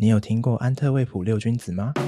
你有听过安特卫普六君子吗？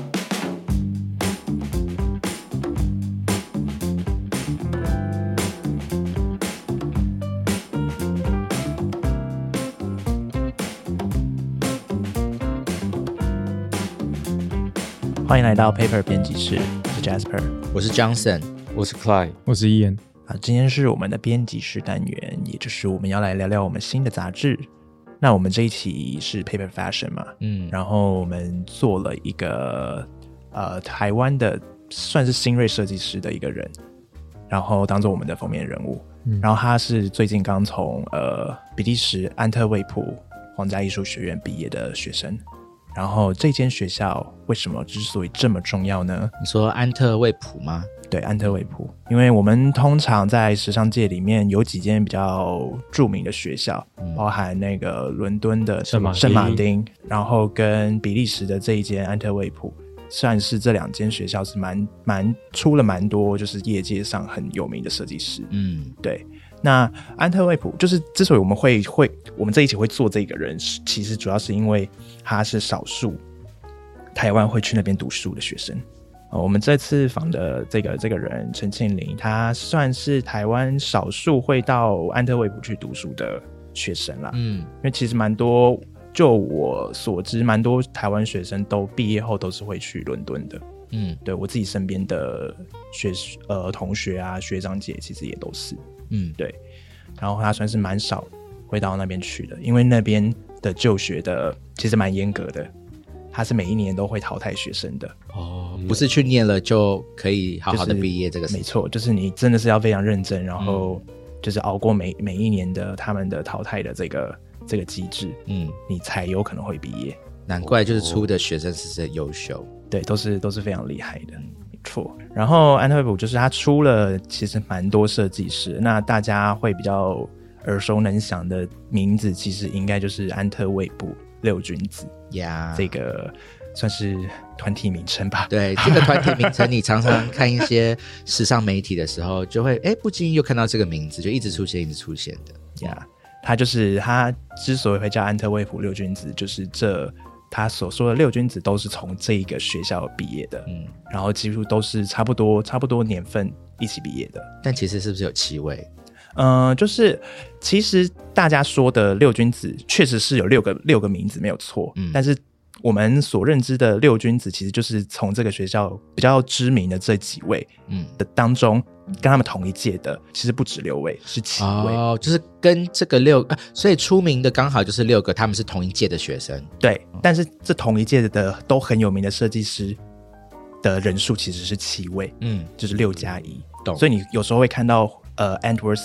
欢迎来到 Paper 编辑室，我是 Jasper， 我是 Johnson， 我是 Clyde， 我是 Ian。 今天是我们的编辑室单元，也就是我们要来聊聊我们新的杂志。那我们这一期是 Paper Fashion 嘛，然后我们做了一个台湾的算是新锐设计师的一个人，然后当做我们的封面人物。然后他是最近刚从比利时安特卫普皇家艺术学院毕业的学生。然后这间学校为什么之所以这么重要呢？ 你说安特卫普吗？ 对，安特卫普，因为我们通常在时尚界里面有几间比较著名的学校，包含那个伦敦的圣马丁，然后跟比利时的这一间安特卫普，算是这两间学校是出了蛮多就是业界上很有名的设计师。对。那安特卫普就是之所以我们我们这一期会做这个人，其实主要是因为他是少数台湾会去那边读书的学生。我们这次访的这个人陈庆玲，他算是台湾少数会到安特卫普去读书的学生啦。因为其实蛮多，就我所知，蛮多台湾学生都毕业后都是会去伦敦的。对，我自己身边的同学啊、学长姐其实也都是。对，然后他算是蛮少会到那边去的，因为那边的就学的其实蛮严格的，他是每一年都会淘汰学生的。 不是去念了就可以好好的毕业这个事情。 没错，就是你真的是要非常认真，然后就是熬过每一年的他们的淘汰的这个机制，你才有可能会毕业。 难怪就是出的学生是很优秀， 对，都是非常厉害的。错，然后安特卫普就是他出了其实蛮多设计师，那大家会比较耳熟能详的名字其实应该就是安特卫普六君子这个算是团体名称吧。 对，这个团体名称你常常看一些时尚媒体的时候就会不经意又看到这个名字，就一直出现的。 他之所以会叫安特卫普六君子，就是他所说的六君子都是从这一个学校毕业的，然后几乎都是差不多年份一起毕业的。 但其实是不是有7位？ 就是其实大家说的六君子确实是有六个名字没有错，但是我们所认知的六君子其实就是从这个学校比较知名的这几位的当中，跟他们同一届的其实不止6位，是7位。 就是跟这个所以出名的刚好就是6个，他们是同一届的学生。 对，但是这同一届的都很有名的设计师的人数其实是7位，就是6+1。所以你有时候会看到Antwerp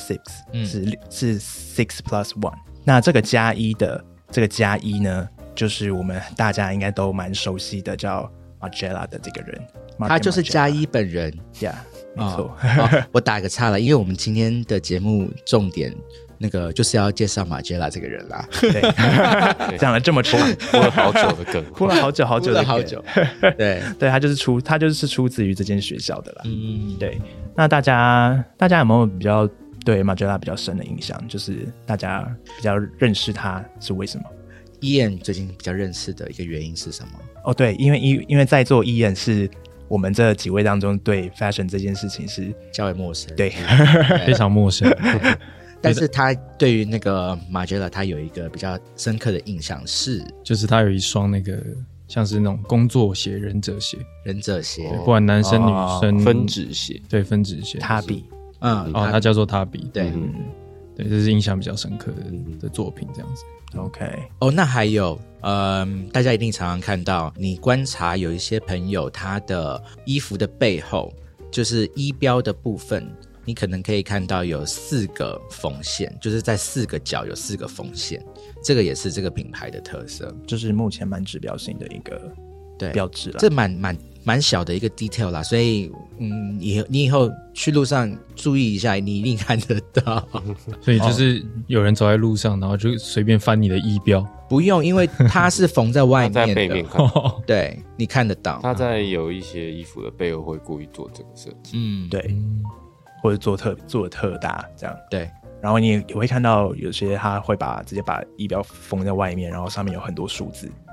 6是6 plus 1。那这个+1的这个+1呢，就是我们大家应该都蛮熟悉的叫 Margiela 的这个人， 他就是+1本人。 没错。 我打个岔了，因为我们今天的节目重点那个就是要介绍Margiela这个人啦。 对，讲了这么长， 铺了好久的梗， 铺了好久的梗。对，他就是出自于这间学校的啦。对。那大家有没有比较对 Margiela 比较深的印象？就是大家比较认识他是为什么 ？Ian 最近比较认识的一个原因是什么？ 对，因为在座 Ian 是我们这几位当中对 fashion 这件事情是较为陌生， 对， 非常陌生。 但是他对于那个 Margiela 他有一个比较深刻的印象是， 就是他有一双那个像是那种工作鞋、忍者鞋，不管男生女生， 分趾鞋， 对，分趾鞋， 他比， 他叫做他比， 对， 对，这是印象比较深刻的作品，这样子。 OK， 那还有，大家一定常常看到，你观察有一些朋友他的衣服的背后，就是衣标的部分，你可能可以看到有4个缝线，就是在4个角有4个缝线，这个也是这个品牌的特色， 就是目前蛮指标性的一个标志啦。 这蛮小的一个 detail 啦，所以你以后去路上注意一下，你一定看得到。 所以就是有人走在路上，然后就随便翻你的衣标， 不用，因为它是缝在外面的， 在背面看到对，你看得到。 他在有一些衣服的背后会故意做这个设计， 对，或者做得特大这样， 对。 然后你也会看到有些他会直接把衣标缝在外面，然后上面有很多数字，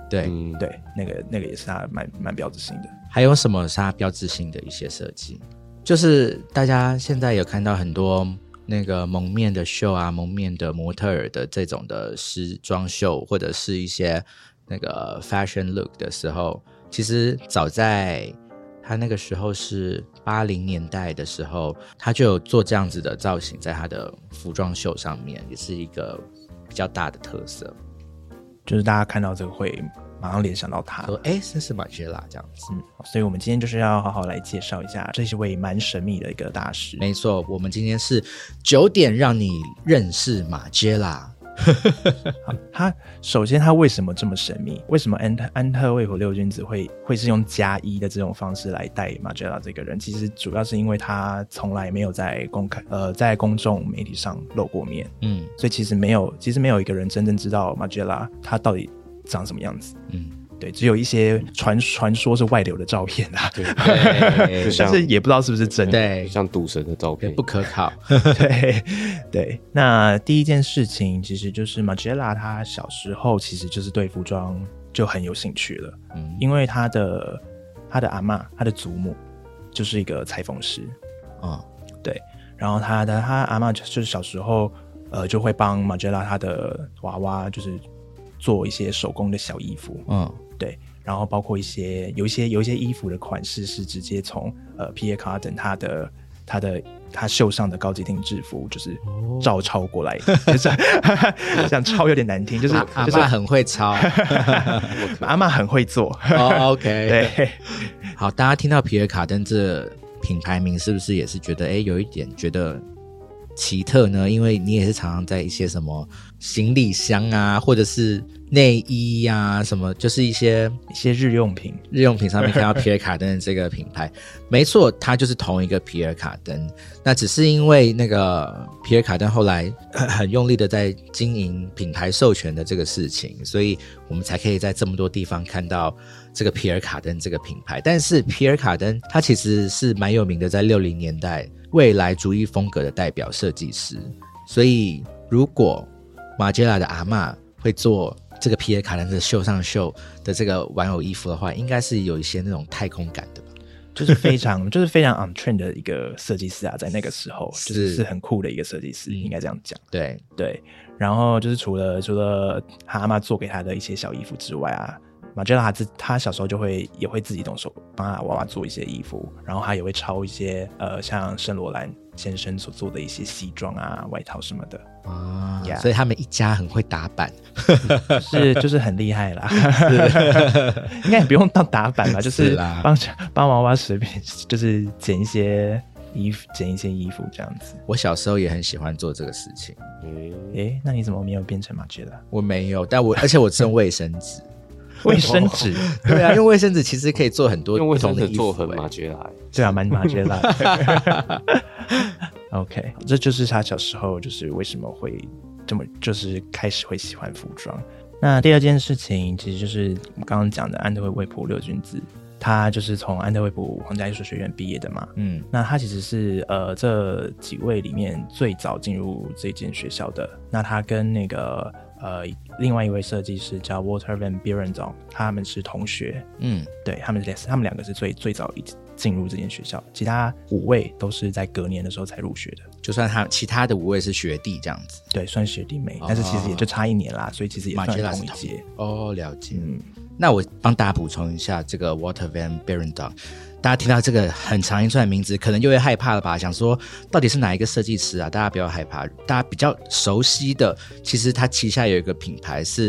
对、 对，那个也是它蛮标志性的。 还有什么是它标志性的一些设计？就是大家现在有看到很多那个蒙面的秀啊，蒙面的模特儿的这种的时装秀，或者是一些那个 fashion look 的时候，其实早在他那个时候是80年代的时候，他就有做这样子的造型在他的服装秀上面，也是一个比较大的特色。 就是大家看到这个会马上联想到他， 说这是马吉拉这样子。 所以我们今天就是要好好来介绍一下这是位蛮神秘的一个大师。 没错，我们今天是9点让你认识马吉拉。 首先他为什么这么神秘？为什么安特卫普六君子会是用+1的这种方式来带马吉拉这个人？其实主要是因为他从来没有在公众媒体上露过面，所以其实没有一个人真正知道马吉拉他到底长什么样子。对，只有一些传说是外流的照片啦，对，但是也不知道是不是真的， 对， 像赌神的照片不可靠。 对。那第一件事情其实就是马吉拉他小时候其实就是对服装就很有兴趣了，因为他的阿嬷，他的祖母就是一个裁缝师，对，然后他阿嬷就是小时候就会帮马吉拉他的娃娃就是做一些手工的小衣服，对，然后包括有一些衣服的款式是直接从Pierre Cardin 他绣上的高级定制服就是照抄过来的，就是这样抄有点难听，就是阿嬷很会抄， 阿嬷很会做。 OK， 对， 好，大家听到皮尔卡登这品牌名是不是也是觉得有一点觉得奇特呢？因为你也是常常在一些什么行李箱啊，或者是内衣啊，什么就是一些日用品上面看到皮尔卡登的这个品牌。没错，它就是同一个皮尔卡登，那只是因为那个皮尔卡登后来很用力的在经营品牌授权的这个事情，所以我们才可以在这么多地方看到这个皮尔卡登这个品牌。但是皮尔卡登它其实是蛮有名的，在60年代未来主义风格的代表设计师，所以如果马吉拉的阿嬷会做这个皮尔卡登的绣上绣的这个玩偶衣服的话，应该是有一些那种太空感的吧， 就是非常 on trend 的一个设计师啊，在那个时候就是很酷的一个设计师，应该这样讲。 对， 然后就是除了他阿嬷做给他的一些小衣服之外啊，马吉拉他小时候也会自己动手帮他娃娃做一些衣服，然后他也会抄一些像圣罗兰先生所做的一些西装啊、外套什么的啊，所以他们一家很会打版， 就是很厉害啦。应该也不用到打版吧，就是帮娃娃随便就是剪一些衣服这样子。 我小时候也很喜欢做这个事情。 那你怎么没有变成马吉拉？ 我没有，而且我用卫生纸。 卫生纸， 对啊，用卫生纸其实可以做很多用卫生纸做很马吉拉， 对啊，蛮马吉拉。OK， 这就是他小时候就是为什么会这么就是开始会喜欢服装。那第二件事情其实就是我们刚刚讲的安特卫普六君子，他就是从安特卫普皇家艺术学院毕业的嘛，那他其实是这几位里面最早进入这间学校的。那他跟那个另外一位设计师叫 Walter Van Beirendonck， 他们是同学，对，他们两个是最早进入这间学校，其他5位都是在隔年的时候才入学的， 就算其他的5位是学弟这样子， 对，算学弟妹，但是其实也就差1年啦，所以其实也算同一届。 了解。那我帮大家补充一下这个 Walter Van Beirendonck， 大家听到这个很长一串名字可能又会害怕了吧，想说到底是哪一个设计师啊？大家不要害怕，大家比较熟悉的其实他旗下有一个品牌是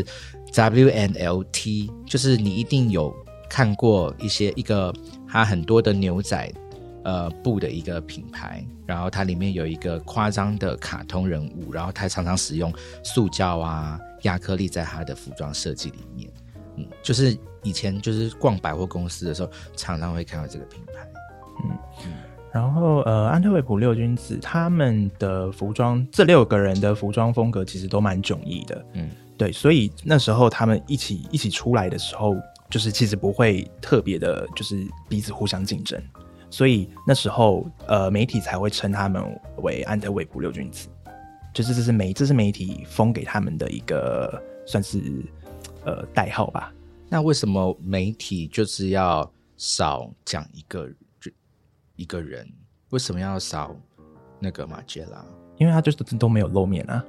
WNLT， 就是你一定有看过一个它很多的牛仔布的一个品牌，然后它里面有一个夸张的卡通人物，然后它常常使用塑胶啊、亚克力在它的服装设计里面。就是以前就是逛百货公司的时候常常会看到这个品牌。 然后安特卫普六君子他们的服装，这6个人的服装风格其实都蛮迥异的，对，所以那时候他们一起出来的时候，就是其实不会特别的就是彼此互相竞争，所以那时候媒体才会称他们为安特卫普六君子，就是这是媒体封给他们的一个算是代号吧， 那为什么媒体就是要少讲一个人？为什么要少那个马杰拉？ 因为他就是都没有露面啊。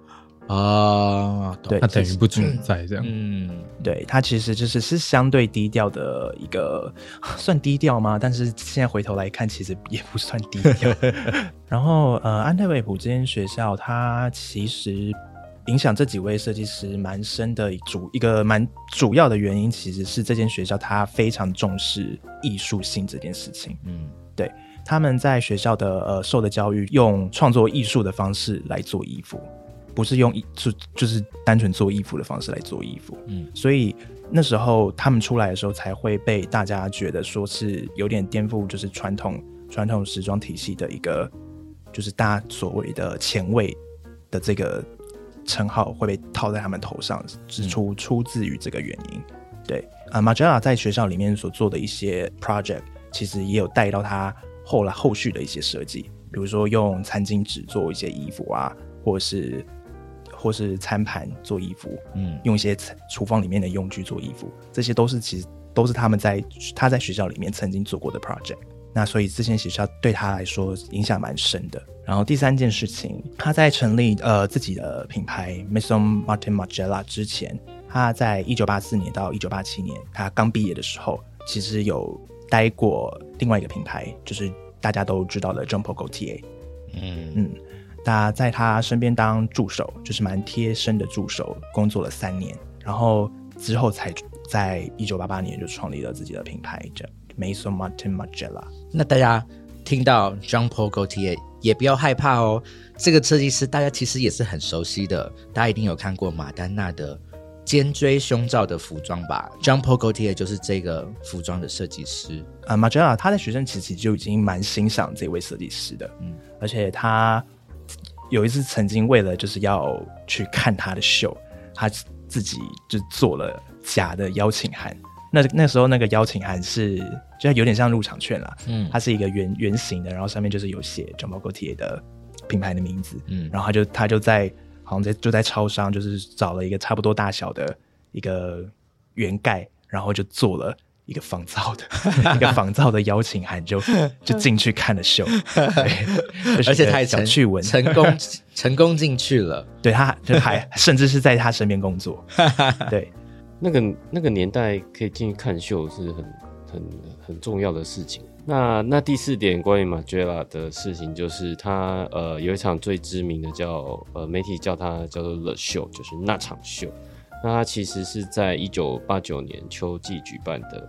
对， 他等于不存在这样。 对，他其实就是相对低调的一个，算低调吗？但是现在回头来看，其实也不算低调。然后安特卫普这间学校，它其实影响这几位设计师蛮深的一个蛮主要的原因，其实是这间学校它非常重视艺术性这件事情。对，他们在学校的受的教育，用创作艺术的方式来做衣服。不是用就是单纯做衣服的方式来做衣服，所以那时候他们出来的时候才会被大家觉得说是有点颠覆，就是传统时装体系的一个，就是大家所谓的前卫的这个称号会被套在他们头上，出自于这个原因。对，Margiela 在学校里面所做的一些 project， 其实也有带到他后续的一些设计，比如说用餐巾纸做一些衣服啊，或是餐盘做衣服，用一些厨房里面的用具做衣服，这些其实都是他在学校里面曾经做过的 project。那所以这间学校对他来说影响蛮深的。然后第三件事情，他在成立自己的品牌 Maison Martin Margiela 之前，他在1984年到1987年他刚毕业的时候，其实有待过另外一个品牌，就是大家都知道的 Jean Paul Gaultier。大家在他身边当助手，就是蛮贴身的助手，工作了3年，然后之后才在1988年就创立了自己的品牌，叫 Maison Martin Margiela。 那大家听到 Jean Paul Gaultier 也不要害怕哦，这个设计师大家其实也是很熟悉的，大家一定有看过马丹娜的肩椎胸罩的服装吧。 Jean Paul Gaultier 就是这个服装的设计师。 Margiela 他在学生时期就已经蛮欣赏这位设计师的，而且他有一次曾经为了就是要去看他的秀，他自己就做了假的邀请函。那时候那个邀请函就有点像入场券啦，它是一个圆形的，然后上面就是有写 Jean Paul Gaultier 的品牌的名字，然后他就在超商就是找了一个差不多大小的一个圆盖，然后就做了一个仿造的邀请函，就进去看了秀。 而且他也小趣闻成功进去了。 对，他就还甚至是在他身边工作。对， 那个年代可以进去看秀是很重要的事情。那第4点关于 Margiela 的事情，就是他有一场最知名的媒体叫它叫做 The Show， 就是那场秀。那它其实是在1989年秋季举办的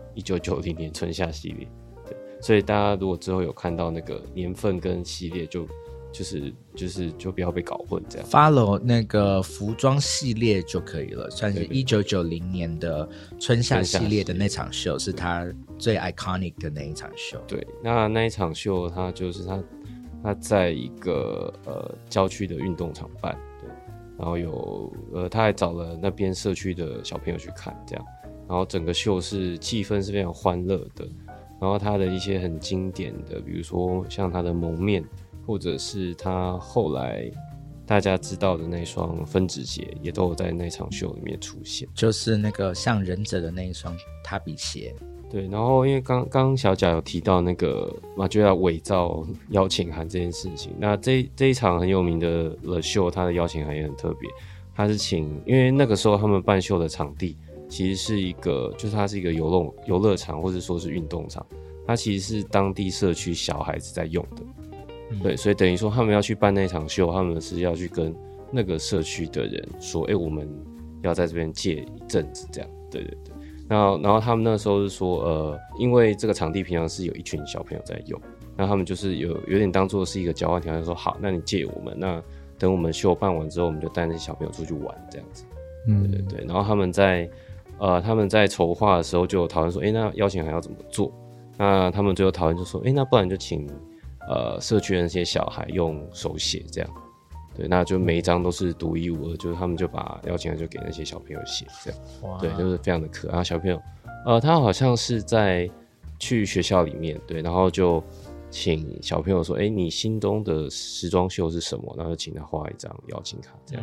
1990年春夏系列。对，所以大家如果之后有看到那个年份跟系列就不要被搞混，这样 follow 那个服装系列就可以了。算是1990年的春夏系列的那场秀，是他最 iconic 的那一场秀。 对，那一场秀，它就是他在一个郊区的运动场办，对，然后他还找了那边社区的小朋友去看，这样，然后整个秀气氛是非常欢乐的，然后他的一些很经典的，比如说像他的蒙面，或者是他后来大家知道的那双分趾鞋，也都有在那场秀里面出现， 就是那个像忍者的那一双踏比鞋。 对，然后因为刚小贾有提到那个Margiela伪造邀请函这件事情，那这一场很有名的 The Show， 它的邀请函也很特别，它是因为那个时候他们办秀的场地其实是它是一个游乐场或者说是运动场，它其实是当地社区小孩子在用的。对，所以等于说他们要去办那场秀，他们是要去跟那个社区的人说，我们要在这边借一阵子，这样。对。然后他们那时候是说，因为这个场地平常是有一群小朋友在用，那他们就是有点当做是一个交换条件，说好，那你借我们，那等我们秀办完之后，我们就带那些小朋友出去玩，这样子。对。然后他们在筹划的时候就有讨论说，那邀请函要怎么做？那他们最后讨论就说，那不然就请社区的那些小孩用手写这样。对，那就每一张都是独一无二，就是他们就把邀请函就给那些小朋友写，这样，对，就是非常的可爱。小朋友，他好像是在去学校里面，对，然后就请小朋友说，你心中的时装秀是什么？然后就请他画一张邀请卡，这样，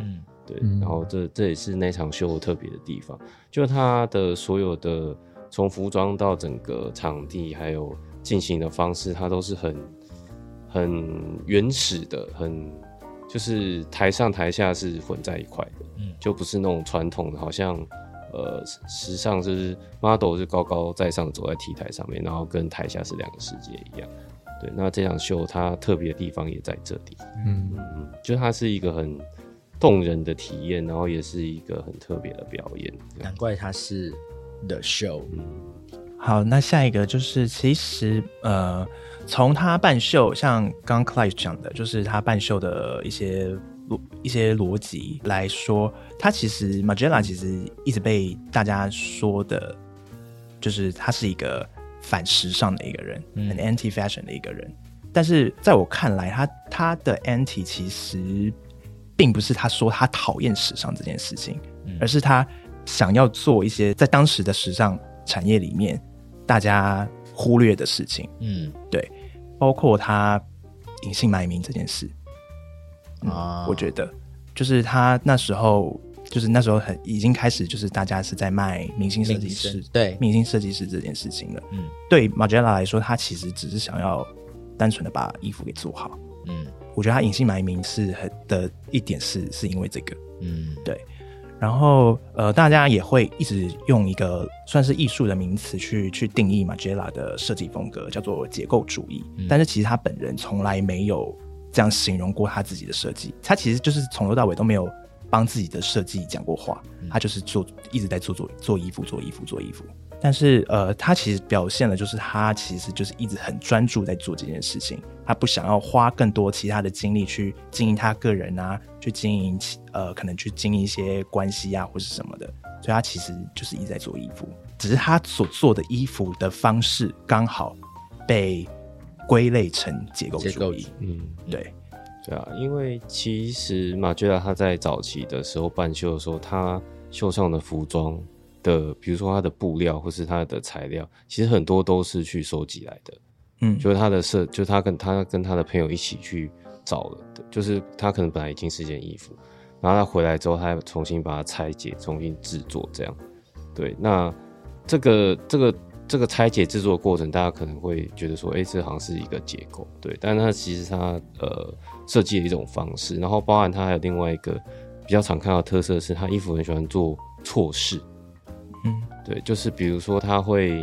对，然后这也是那场秀特别的地方，就它的所有的从服装到整个场地还有进行的方式，它都是很原始的，就是台上台下是混在一块的，就不是那种传统的，好像时尚就是 model 是高高在上走在 T 台上面，然后跟台下是两个世界一样。对，那这场秀它特别的地方也在这里，就它是一个很动人的体验，然后也是一个很特别的表演。 难怪它是 The Show。 好，那下一个就是其实从他办秀，像刚刚 Clive 讲的，就是他办秀的一些逻辑来说，他其实 Margiela 其实一直被大家说的，就是他是一个反时尚的一个人，很 anti fashion 的一个人。但是在我看来，他的 anti 其实并不是他说他讨厌时尚这件事情，而是他想要做一些在当时的时尚产业里面大家忽略的事情。对，包括他隐姓埋名这件事。我觉得就是他那时候已经开始，就是大家是在卖明星设计师，对明星设计师这件事情了。对 Margiela 来说，他其实只是想要单纯的把衣服给做好。我觉得他隐姓埋名的一点是因为这个。对。然后大家也会一直用一个算是艺术的名词去定义 Margiela 的设计风格，叫做结构主义。但是其实他本人从来没有这样形容过他自己的设计，他其实就是从头到尾都没有帮自己的设计讲过话，他就是一直在做衣服。但是他其实表现了，就是他其实就是一直很专注在做这件事情，他不想要花更多其他的精力去经营他个人啊，去经营可能去经营一些关系啊或是什么的，所以他其实就是一直在做衣服，只是他所做的衣服的方式刚好被归类成结构主义。对啊，因为其实Margiela他在早期的时候办秀的时候，他秀上的服装的，比如说他的布料或是他的材料，其实很多都是去收集来的。就是他的就是他跟他的朋友一起去找了的，就是他可能本来已经是一件衣服，然后他回来之后，他重新把它拆解，重新制作这样。对，那这个拆解制作的过程，大家可能会觉得说，这好像是一个结构，对，但它其实它设计的一种方式，然后包含它还有另外一个比较常看到的特色是，他衣服很喜欢做错饰。对，就是比如说他会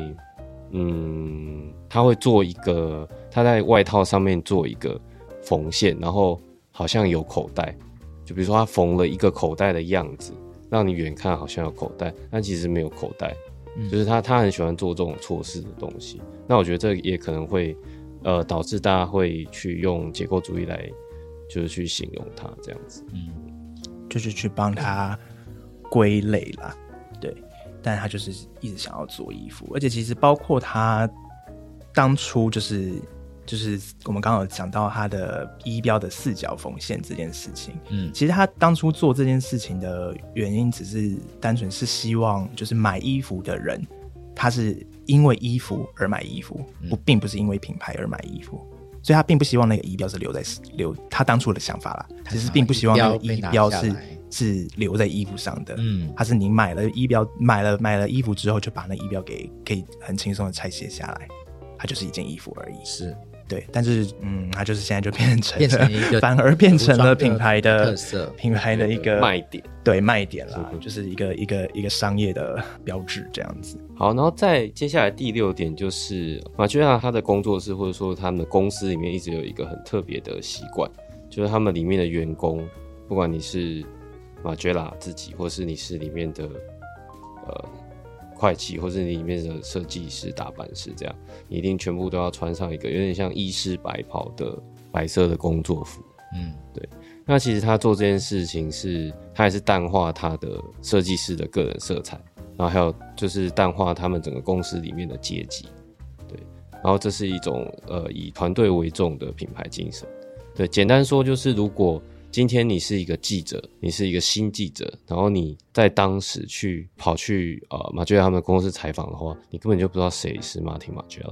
做一个，他在外套上面做一个缝线，然后好像有口袋，就比如说他缝了一个口袋的样子，让你远看好像有口袋，但其实没有口袋。就是他很喜欢做这种错事的东西，那我觉得这也可能会导致大家会去用结构主义来就是去形容它这样子。 就是去帮他归类啦。对，但他就是一直想要做衣服，而且其实包括他当初就是我们刚刚有讲到他的衣标的四角缝线这件事情。其实他当初做这件事情的原因只是单纯是希望就是买衣服的人他是因为衣服而买衣服，并不是因为品牌而买衣服，所以他并不希望那个衣标是留他当初的想法啦，其实并不希望那个衣标是留在衣服上的。他是你买了衣标买了衣服之后就把那衣标可以很轻松的拆卸下来，它就是一件衣服而已。 是对，但是它就是现在就变成一个反而变成了品牌的特色，品牌的一个卖点， 对，卖点啦，就是一个商业的标志这样子。 好，然后再接下来第6点就是Margiela他的工作室或者说他们的公司里面一直有一个很特别的习惯，就是他们里面的员工，不管你是Margiela自己，或是你是里面的会计，或是你里面的设计师、打扮师，这样你一定全部都要穿上一个有点像医师白袍的白色的工作服。对。那其实他做这件事情是，他还是淡化他的设计师的个人色彩，然后还有就是淡化他们整个公司里面的阶级。对，然后这是一种以团队为重的品牌精神。对，简单说就是如果今天你是一个记者，你是一个新记者，然后你在当时跑去Margiela他们的公司采访的话，你根本就不知道谁是Martin Margiela。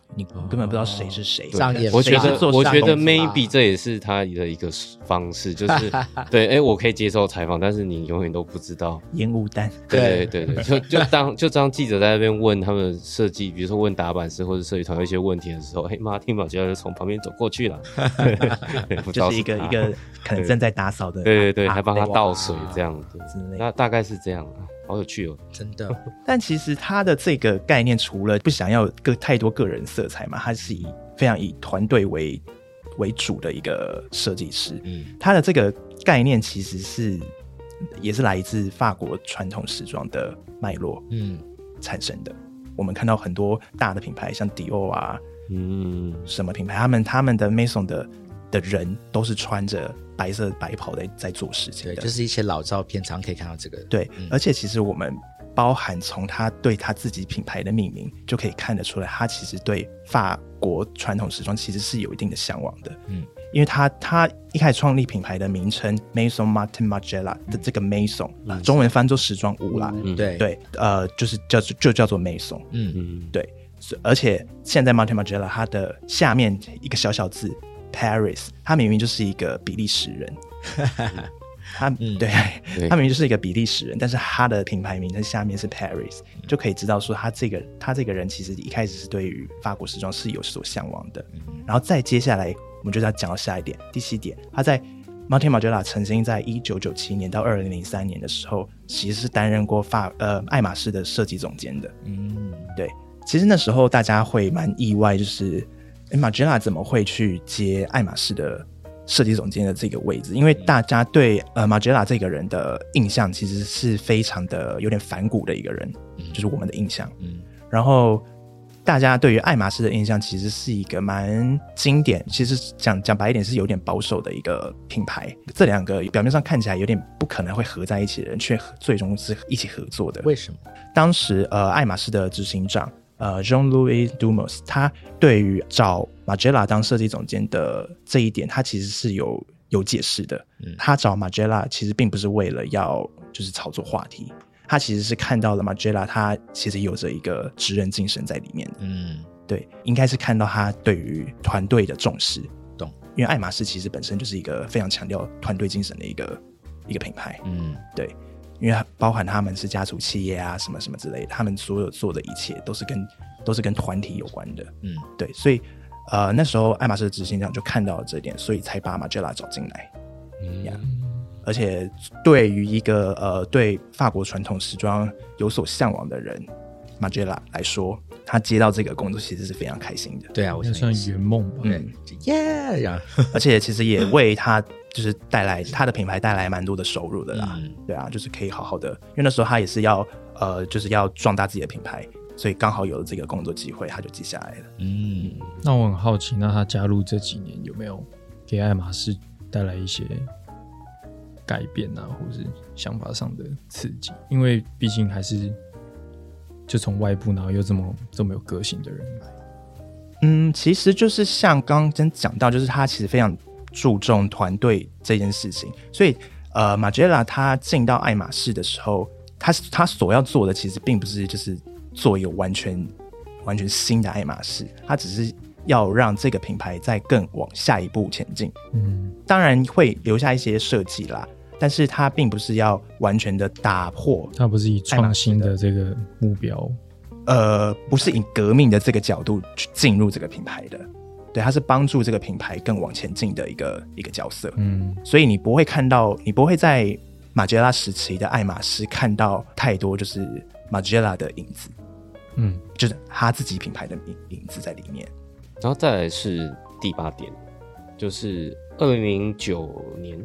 你根本不知道谁是谁。 我觉得 maybe 这也是他的一个方式，就是对，我可以接受采访，但是你永远都不知道烟雾弹。 对，就当记者在那边问他们设计，比如说问打板师或者设计团队一些问题的时候，Martin Margiela就从旁边走过去了， 就是一个可能正在打扫的， 对，还帮他倒水这样子，那大概是这样。好有趣哦， 真的。 但其实他的这个概念，除了不想要太多个人色彩嘛，他是非常以团队为主的一个设计师。他的这个概念其实也是来自法国传统时装的脉络产生的。我们看到很多大的品牌，像迪奥啊，什么品牌，他们的 Maison 的人都是穿着白色白袍在做事情的。 对，就是一些老照片常可以看到这个。 对，而且其实我们包含从他对他自己品牌的命名就可以看得出来，他其实对法国传统时装其实是有一定的向往的。因为他一开始创立品牌的名称 Maison Martin Margiela 的这个 Maison，中文翻作时装屋啦。对，就叫做 Maison。对，而且现在 Martin Margiela 他的下面一个小小字Paris， 他明明就是一个比利时人，他明明就是一个比利时人，但是他的品牌名称下面是 Paris， 就可以知道说他这个人其实一开始是对于法国时装是有所向往的。然后再接下来我们就要讲到下一点，第7点，他在 Martin Margiela 曾经在1997年到2003年的时候，其实是担任过爱马仕的设计总监的。对，其实那时候大家会蛮意外，就是Margiela 怎么会去接爱马仕的设计总监的这个位置？因为大家对Margiela 这个人的印象其实是非常的有点反骨的一个人，就是我们的印象。然后大家对于爱马仕的印象其实是一个蛮经典，其实讲白一点是有点保守的一个品牌。这两个表面上看起来有点不可能会合在一起的人，却最终是一起合作的。 为什么？当时爱马仕的执行长Jean-Louis Dumas， 他对于找 Margiela 当设计总监的这一点，他其实是有解释的。他找 Margiela 其实并不是为了要就是炒作话题，他其实是看到了 Margiela 他其实有着一个职人精神在里面的。对，应该是看到他对于团队的重视。 懂。 因为爱马仕其实本身就是一个非常强调团队精神的一个品牌。对。因为包含他们是家族企业啊，什么什么之类的，他们所有做的一切都是跟团体有关的。对，所以那时候爱马仕的执行长就看到了这点，所以才把 Margiela 找进来。而且对于一个对法国传统时装有所向往的人 Margiela 来说，他接到这个工作其实是非常开心的。 对啊，我想算圆梦吧。 而且其实也为他就是带来他的品牌带来蛮多的收入的啦。对啊，就是可以好好的，因为那时候他也是要就是要壮大自己的品牌，所以刚好有了这个工作机会，他就接下来了。 那我很好奇，那他加入这几年有没有给爱马仕带来一些改变啊，或是想法上的刺激？因为毕竟还是就从外部，然后又这么有个性的人来。 其实就是像刚刚讲到，就是他其实非常注重团队这件事情，所以Margiela 他进到爱马仕的时候，他所要做的其实并不是就是做一个完全新的爱马仕，他只是要让这个品牌再更往下一步前进。当然会留下一些设计啦，但是他并不是要完全的打破， 他不是以创新的这个目标， 不是以革命的这个角度去进入这个品牌的。对，他是帮助这个品牌更往前进的一个角色。所以你不会在Margiela时期的爱马仕看到太多就是 Margiela 的影子。就是他自己品牌的影子在里面。 然后再来是第8点，就是2009年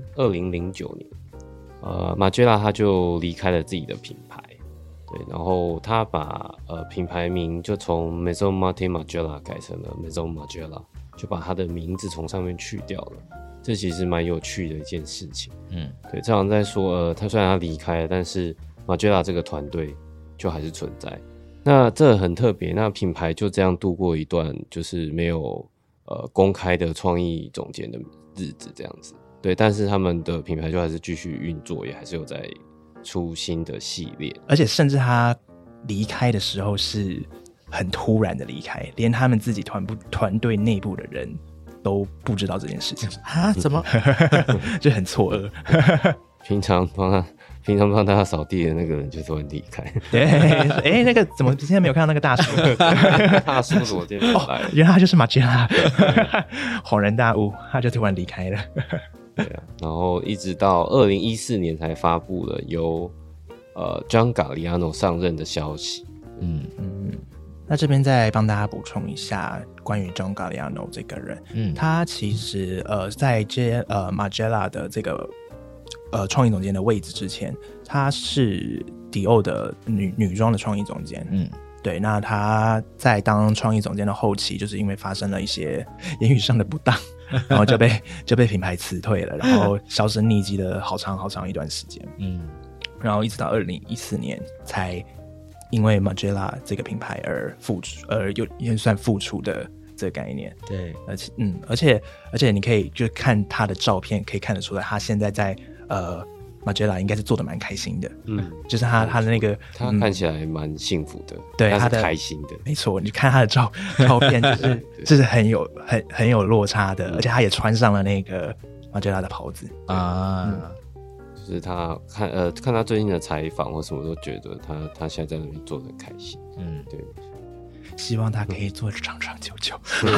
Margiela 他就离开了自己的品牌。对，然后他把品牌名就从 Maison Martin Margiela 改成了 Maison Margiela， 就把他的名字从上面去掉了。这其实蛮有趣的一件事情。对，这好像在说他虽然他离开了，但是 Margiela 这个团队就还是存在。那这很特别，那品牌就这样度过一段就是没有公开的创意总监的日子这样子。对，但是他们的品牌就还是继续运作，也还是有在出新的系列。 而且甚至他离开的时候是很突然的离开，连他们自己团队内部的人都不知道这件事情啊？怎么就很错愕？ 平常帮他扫地的那个人就突然离开。 对，那个怎么今天没有看到那个大叔？ 大叔怎么今天来了？ 原来他就是马吉拉，恍然大悟，他就突然离开了。 对啊，然后一直到2014年才发布了由John Galliano 上任的消息。 那这边再帮大家补充一下关于 John Galliano 这个人，他其实在接Margiela 的这个创意总监的位置之前，他是迪奥的女装的创意总监。对，那他在当创意总监的后期，就是因为发生了一些言语上的不当，然后就被品牌辞退了，然后销声匿迹的好长一段时间。然后一直到2014年才因为 Margiela 这个品牌而也算复出的这个概念。 对， 而且你可以就看他的照片，可以看得出来，他现在在Margiela 应该是做的蛮开心的。就是他的那个他看起来蛮幸福的， 对， 他是开心的。 没错，你看他的照片就是很有落差的，而且他也穿上了那个 Margiela 的袍子啊。 就是他看他最近的采访或什么，都觉得他现在在那边做得很开心。对， 希望他可以做长长久久。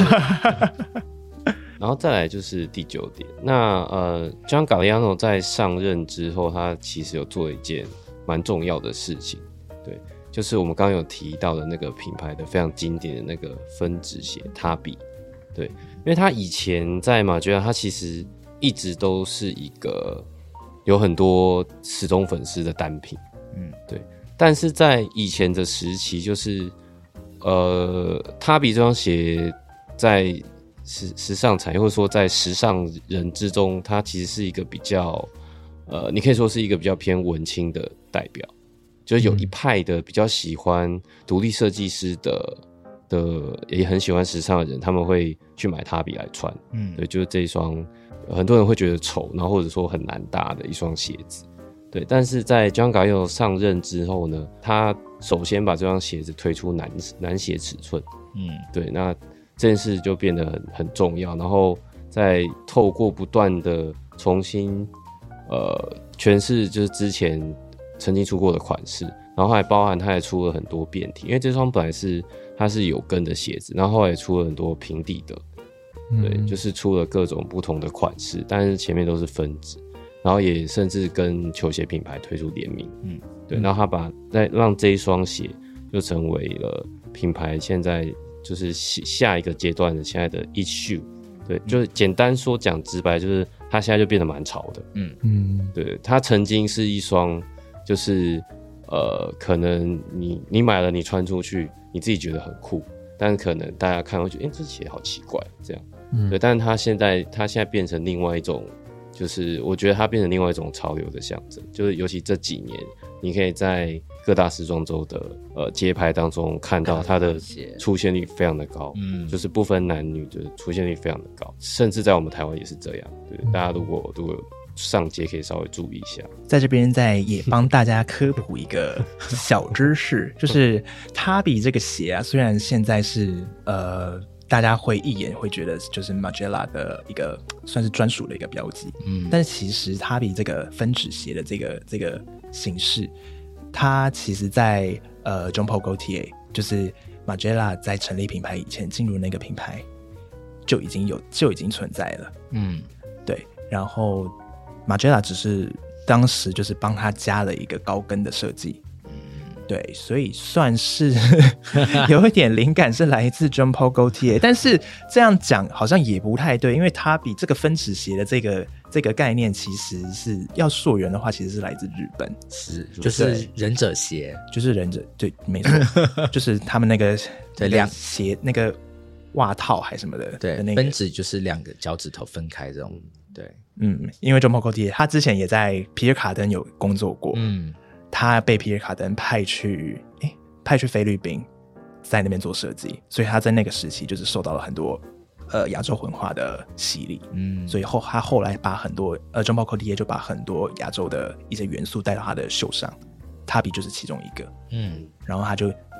然后再来就是第9点，那John Galliano 在上任之后，他其实有做一件蛮重要的事情，对，就是我们刚刚有提到的那个品牌的非常经典的那个分趾鞋塔比，对，因为他以前在Margiela，他其实一直都是一个有很多死忠粉丝的单品，对，但是在以前的时期，就是塔比这双鞋在时尚产业，或者说在时尚人之中，它其实是一个比较你可以说是一个比较偏文青的代表，就是有一派的比较喜欢独立设计师的也很喜欢时尚的人，他们会去买塔比来穿。对，就是这一双很多人会觉得丑，然后或者说很难搭的一双鞋子。对，但是在 John Galliano 上任之后呢，他首先把这双鞋子推出男鞋尺寸。对，那这件事就变得很重要，然后再透过不断的重新诠释就是之前曾经出过的款式，然后还包含它也出了很多变体，因为这双本来它是有跟的鞋子，然后后来也出了很多平底的，对，就是出了各种不同的款式，但是前面都是分趾，然后也甚至跟球鞋品牌推出联名，对，然后他让这一双鞋就成为了品牌现在就是下一个阶段的现在的 each shoe， 对，就是简单说讲直白，就是它现在就变得蛮潮的，对，它曾经是一双就是可能你买了你穿出去你自己觉得很酷，但是可能大家看会觉得这鞋好奇怪这样，对，但是它现在变成另外一种，就是我觉得它变成另外一种潮流的象征，就是尤其这几年你可以在各大时装周的街拍当中看到它的出现率非常的高，就是不分男女的出现率非常的高，甚至在我们台湾也是这样，对，大家如果上街可以稍微注意一下。 在这边也帮大家科普一个小知识，就是塔比这个鞋啊，虽然现在是大家会一眼会觉得就是 Margiela 的一个算是专属的一个标记，但是其实塔比这个分趾鞋的这个形式，它其实在Jean Paul Gaultier， 就是 Margiela 在成立品牌以前进入那个品牌就已经存在了，对，然后 Margiela 只是当时就是帮他加了一个高跟的设计，对，所以算是有一点灵感是来自 Jean Paul Gaultier， 但是这样讲好像也不太对，因为它比这个分趾鞋的这个概念其实是要溯源的话，其实是来自日本， 就是忍者鞋， 就是忍者，对，没错，就是他们那个鞋那个袜套还什么的， 对， 那个分趾就是2个脚趾头分开这种，对， 因为 Jean Paul Gaultier 他之前也在皮尔卡登有工作过，他被皮尔卡登派去菲律宾，在那边做设计，所以他在那个时期就是受到了很多亚洲文化的洗礼，所以他后来把很多Jean Paul Gaultier就把很多亚洲的一些元素带到他的秀上，塔比就是其中一个，然后他就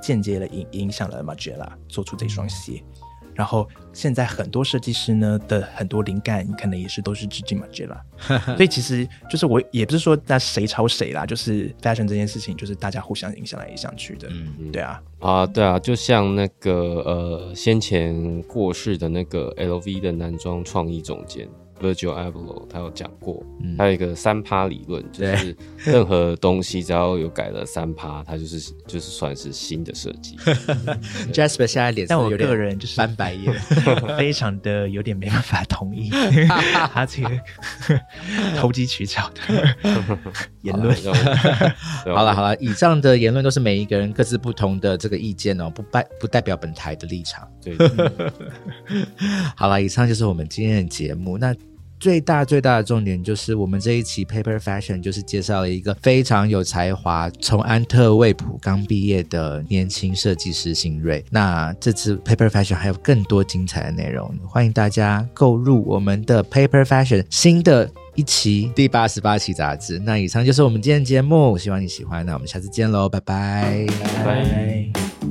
间接的影响了 Margiela 做出这双鞋。然后现在很多设计师呢的很多灵感可能也是都是致敬 Margiela 所以其实就是我也不是说那谁抄谁啦，就是 fashion 这件事情就是大家互相影响来影响去的。对啊对啊，就像那个先前过世的那个 LV 的男装创意总监Virgil Abloh 他有讲过，他有一个3%理论，就是任何东西只要有改了3%，它就是算是新的设计。 Jasper 现在脸色有点但我个人就是翻白眼， 非常的有点没办法同意他这个投机取巧的言论。 好了，以上的言论都是每一个人各自不同的这个意见哦，不代表本台的立场。 对， 好了，以上就是我们今天的节目。那最大的重点就是我们这一期 Paper Fashion 就是介绍了一个非常有才华从安特卫普刚毕业的年轻设计师新锐。那这次 Paper Fashion 还有更多精彩的内容，欢迎大家购入我们的 Paper Fashion 新的一期第88期杂志。那以上就是我们今天的节目，希望你喜欢。那我们下次见咯，拜拜拜拜。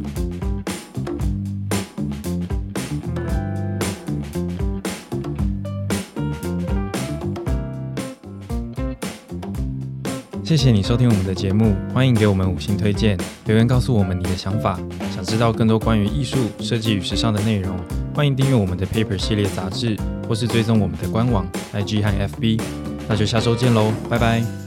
谢谢你收听我们的节目，欢迎给我们5星推荐，留言告诉我们你的想法。想知道更多关于艺术、设计与时尚的内容，欢迎订阅我们的 Paper 系列杂志，或是追踪我们的官网、IG 和 FB。那就下周见咯，拜拜。